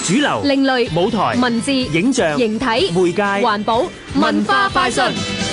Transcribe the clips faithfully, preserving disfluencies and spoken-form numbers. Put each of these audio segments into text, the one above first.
主流、 另類舞台、 文字、 影像、 形體、 媒介、 環保、文化快訊。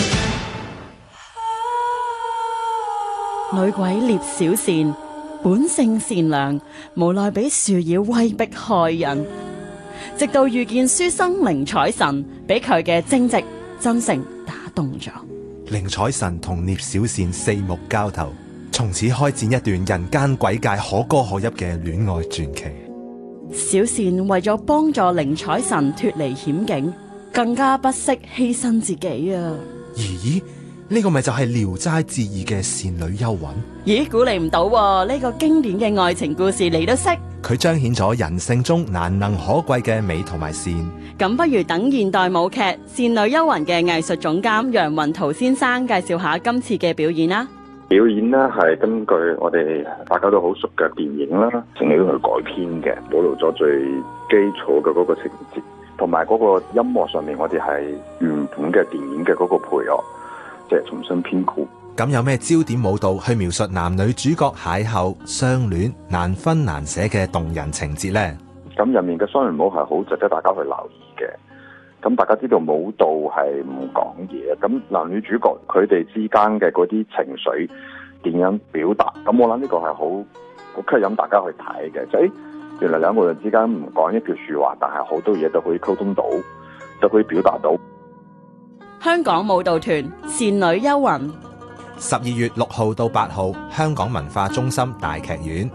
女鬼聶小倩本性善良，無奈俾樹妖威逼害人，直到遇見書生寧采臣，俾佢嘅正直真誠打動咗。 寧采臣同聶小倩四目交投，從此開展一段人間鬼界可歌可泣嘅戀愛傳奇。 小倩為咗幫助寧采臣脫離險境，更加不惜犧牲自己啊！ 咦？呢個咪就係《聊齋志異》嘅倩女幽魂？ 咦，估你唔到喎，呢個經典嘅愛情故事你都識？ 佢彰顯咗人性中難能可貴嘅美同埋善。 咁不如等現代舞劇《倩女幽魂》嘅藝術總監楊雲濤先生介紹下今次嘅表演啦。 表演呢係根據我哋大家都好熟嘅電影啦《倩女幽魂》改編嘅，保留咗最基礎嘅嗰個情節，同埋嗰個音樂上面我哋係原本嘅電影嘅嗰個配樂，即係重新編曲。 咁有咩焦點舞蹈去描述男女主角邂逅、相戀、難分難捨嘅動人情節呢？ 咁入面嘅雙人舞係好值得大家去留意嘅。咁大家知道舞蹈係唔講嘢，咁男女主角佢哋之間嘅嗰啲情緒點樣表達？咁我諗呢個係好好吸引大家去睇嘅。就係原來兩個人之間唔講一句說話，但係好多嘢都可以溝通到，都可以表達到。 香港舞蹈團《倩女幽魂》， 十二月六號到八號，香港文化中心大劇院。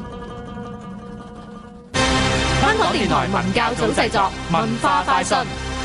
香港電台文教組製作，文化快訊。